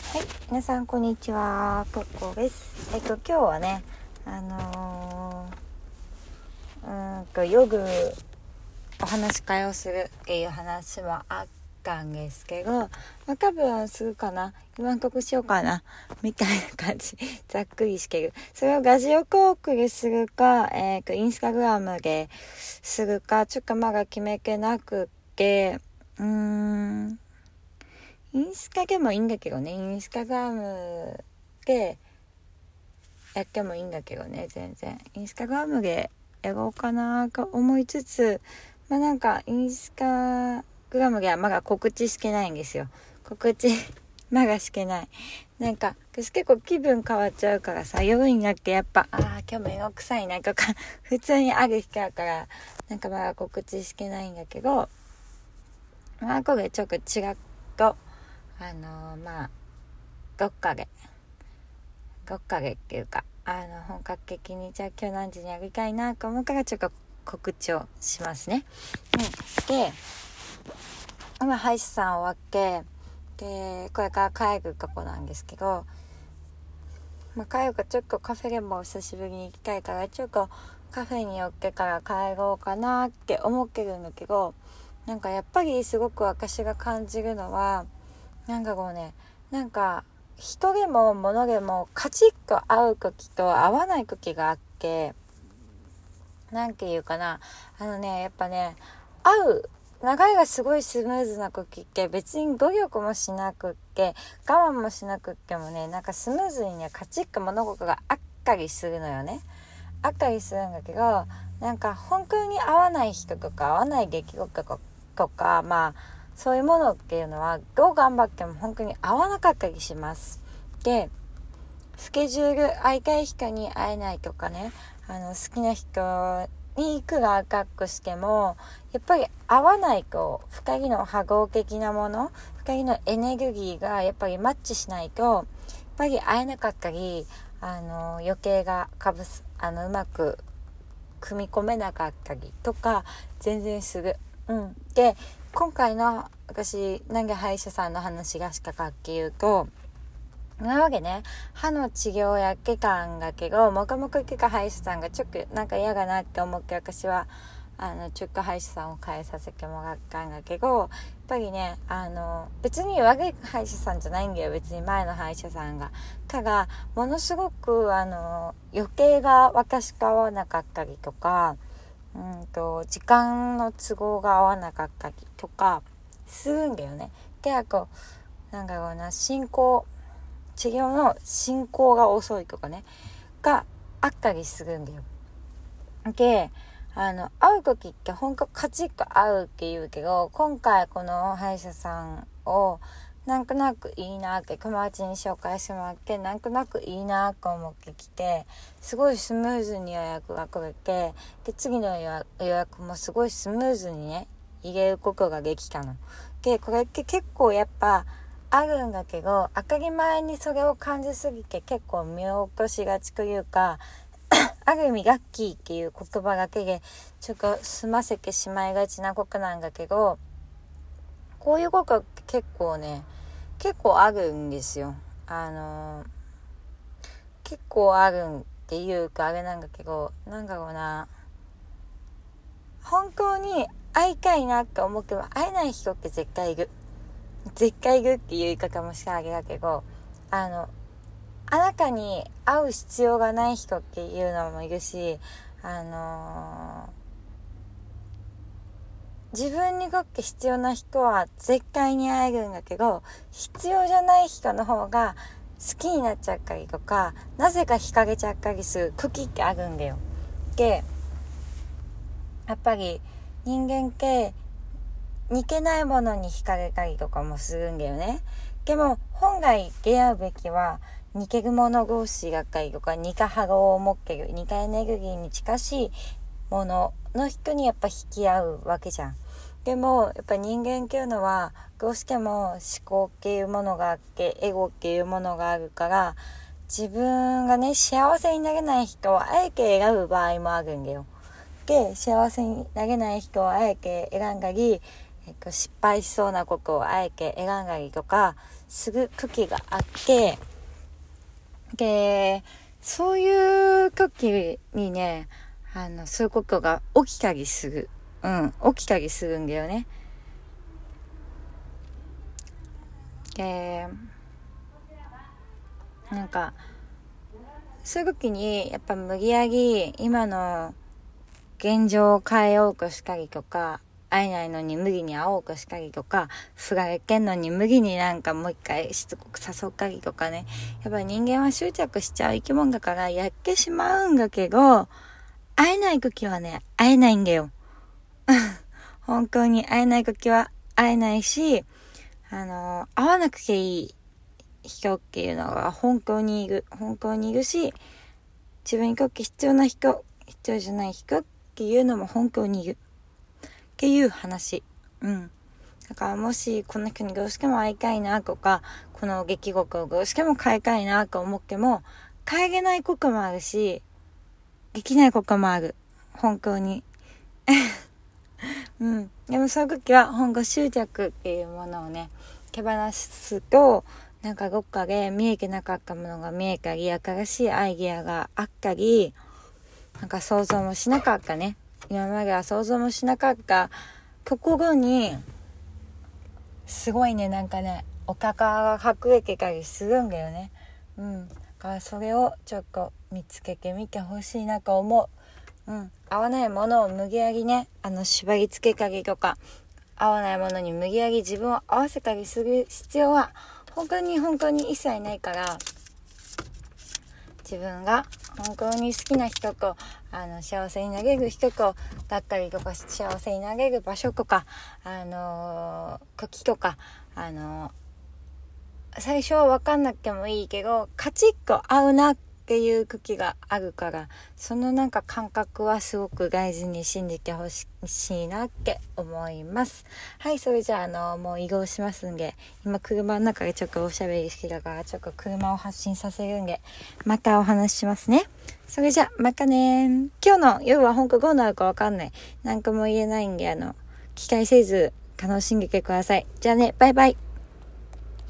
はい、皆さんこんにちは、ポッコです。今日はね、夜お話し会をするっていう話もあったんですけど、多分するかな、言わんとこしようかなみたいな感じざっくりしてる。それをラジオトークでするか、インスタグラムでするかちょっとまだ決めてなくて、インスタでもいいんだけどね、インスタグラムでやってもいいんだけどね、全然インスタグラムでやろうかなと思いつつ、なんかインスタグラムではまだ告知してないんですよ。告知まだしてない。なんか私結構気分変わっちゃうからさ、夜になってやっぱ今日めんどくさいなとか普通にある日だから、なんかまだ告知してないんだけど、これちょっと違っとどっかでっていうか本格的にじゃあ今日何時にやりたいなと思うからちょっと告知をしますね。で今歯医者さん終わってでこれから帰るとこなんですけど、帰るかちょっとカフェでも久しぶりに行きたいからちょっとカフェに寄ってから帰ろうかなって思ってるんだけど、なんかやっぱりすごく私が感じるのはなんか人でも物でもカチッと合う時と合わない時があって、なんていうかな、やっぱね、流れがすごいスムーズな時って別に努力もしなくって我慢もしなくってもね、なんかスムーズにねカチッと物事があったりするのよね。あったりするんだけど、なんか本当に合わない人とか合わない出来事とかそういうものっていうのはどう頑張っても本当に合わなかったりします。で、スケジュール会いたい人に会えないとかね、好きな人にいくら赤くしてもやっぱり合わないと、二人の波動的なもの、二人のエネルギーがやっぱりマッチしないとやっぱり会えなかったり、余計がうまく組み込めなかったりとか全然する。で、今回の私なんで歯医者さんの話がしたかっていうと、なわけね、歯の治療やってたんだけど、もくもくってか歯医者さんがちょっとなんか嫌だなって思って私は中華歯医者さんを変えさせてもらったんだけど、やっぱりね別に悪い歯医者さんじゃないんだよ、別に前の歯医者さんが。ただものすごく余計が私と合わなかったりとか、時間の都合が合わなかったりとかするんだよね。結構治療の進行が遅いとかねがあったりするんだよ。で会う時って本当カチッと会うって言うけど、今回この歯医者さんをなんとなくいいなって友達に紹介してもらって、なんとなくいいなと思ってきて、すごいスムーズに予約が取れて、で次の予約もすごいスムーズにね入れることができたので、これって結構やっぱあるんだけど、当たり前にそれを感じすぎて結構見落としがちというかある意味ラッキーっていう言葉だけでちょっと済ませてしまいがちなことなんだけど、こういうことって結構あるんですよ。結構あるんっていうかあれなんだけど、本当に会いたいなって思っても会えない人って絶対いるっていう言い方もしたあれだけど、あなたに会う必要がない人っていうのもいるし、自分にとって必要な人は絶対に会えるんだけど、必要じゃない人の方が好きになっちゃったりとか、なぜか惹かれちゃったりする時ってあるんだよ。で、やっぱり人間って似てないものに惹かれたりとかもするんだよね。でも本来出会うべきは似てるもの同士だったりとか、似た波動を持ってる、似たエネルギーに近しいものの人にやっぱ引き合うわけじゃん。でもやっぱ人間っていうのはどうしても思考っていうものがあって、エゴっていうものがあるから、自分がね幸せになれない人をあえて選ぶ場合もあるんだよ。で、幸せになれない人をあえて選んだり、失敗しそうなことをあえて選んだりとかすぐ時があって、でそういう時にね、そういうことが起きたりする。起きたりするんだよね。でなんかそういう時にやっぱ無理やり今の現状を変えようとしたりとか、会えないのに無理に会おうとしたりとか、振られけんのに無理になんかもう一回しつこく誘ったりとかね、やっぱり人間は執着しちゃう生き物だからやってしまうんだけど、会えない時はね会えないんだよ本当に会えない時は会えないし、会わなくていい人っていうのは本当にいるし、自分にとって必要な人、必要じゃない人っていうのも本当にいるっていう話。だからもしこの人にどうしても会いたいなとか、この出来事をどうしても変えたいなと思っても変えれないこともあるし、できないこともある、本当にでもそういう時は本当執着っていうものをね手放すと、なんかどっかで見えてなかったものが見えたり、新しいアイディアがあったり、なんか想像もしなかったね、今までは想像もしなかったところにすごいね、なんかねお宝が隠れてたりするんだよね。だからそれをちょっと見つけてみてほしいなと思う。合わないものを無理やりね縛り付けたりとか、合わないものに無理やり自分を合わせたりする必要は本当に一切ないから、自分が本当に好きな人と幸せになれる人とだったりとか、幸せになれる場所とか時とか最初は分かんなくてもいいけどカチッと合うなっていう時があるから、そのなんか感覚はすごく大事に信じてほしいなって思います。はい、それじゃあもう移動しますんで、今車の中でちょっとおしゃべりしてたからちょっと車を発進させるんでまたお話ししますね。それじゃまたね。今日の夜は本当どうなるかわかんない、なんかも言えないんで期待せず楽しんでてください。じゃあね、バイバイ。